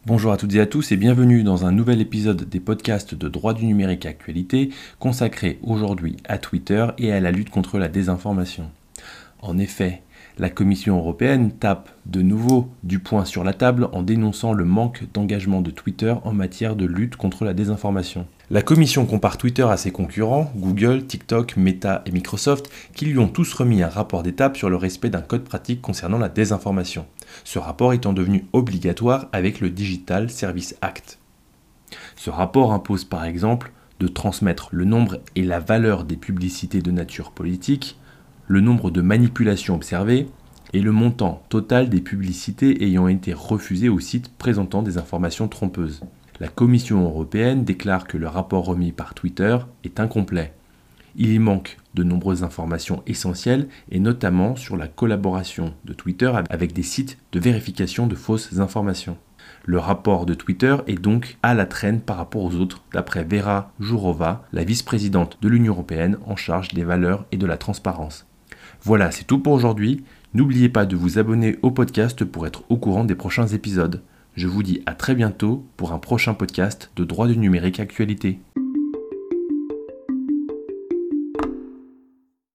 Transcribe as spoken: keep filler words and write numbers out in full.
Bonjour à toutes et à tous et bienvenue dans un nouvel épisode des podcasts de droit du numérique actualité consacré aujourd'hui à Twitter et à la lutte contre la désinformation. En effet, la Commission européenne tape de nouveau du poing sur la table en dénonçant le manque d'engagement de Twitter en matière de lutte contre la désinformation. La Commission compare Twitter à ses concurrents, Google, TikTok, Meta et Microsoft, qui lui ont tous remis un rapport d'étape sur le respect d'un code pratique concernant la désinformation. Ce rapport étant devenu obligatoire avec le Digital Services Act. Ce rapport impose par exemple de transmettre le nombre et la valeur des publicités de nature politique, le nombre de manipulations observées et le montant total des publicités ayant été refusées aux sites présentant des informations trompeuses. La Commission européenne déclare que le rapport remis par Twitter est incomplet. Il y manque de nombreuses informations essentielles et notamment sur la collaboration de Twitter avec des sites de vérification de fausses informations. Le rapport de Twitter est donc à la traîne par rapport aux autres, d'après Vera Jourova, la vice-présidente de l'Union européenne en charge des valeurs et de la transparence. Voilà, c'est tout pour aujourd'hui. N'oubliez pas de vous abonner au podcast pour être au courant des prochains épisodes. Je vous dis à très bientôt pour un prochain podcast de droit du numérique actualité.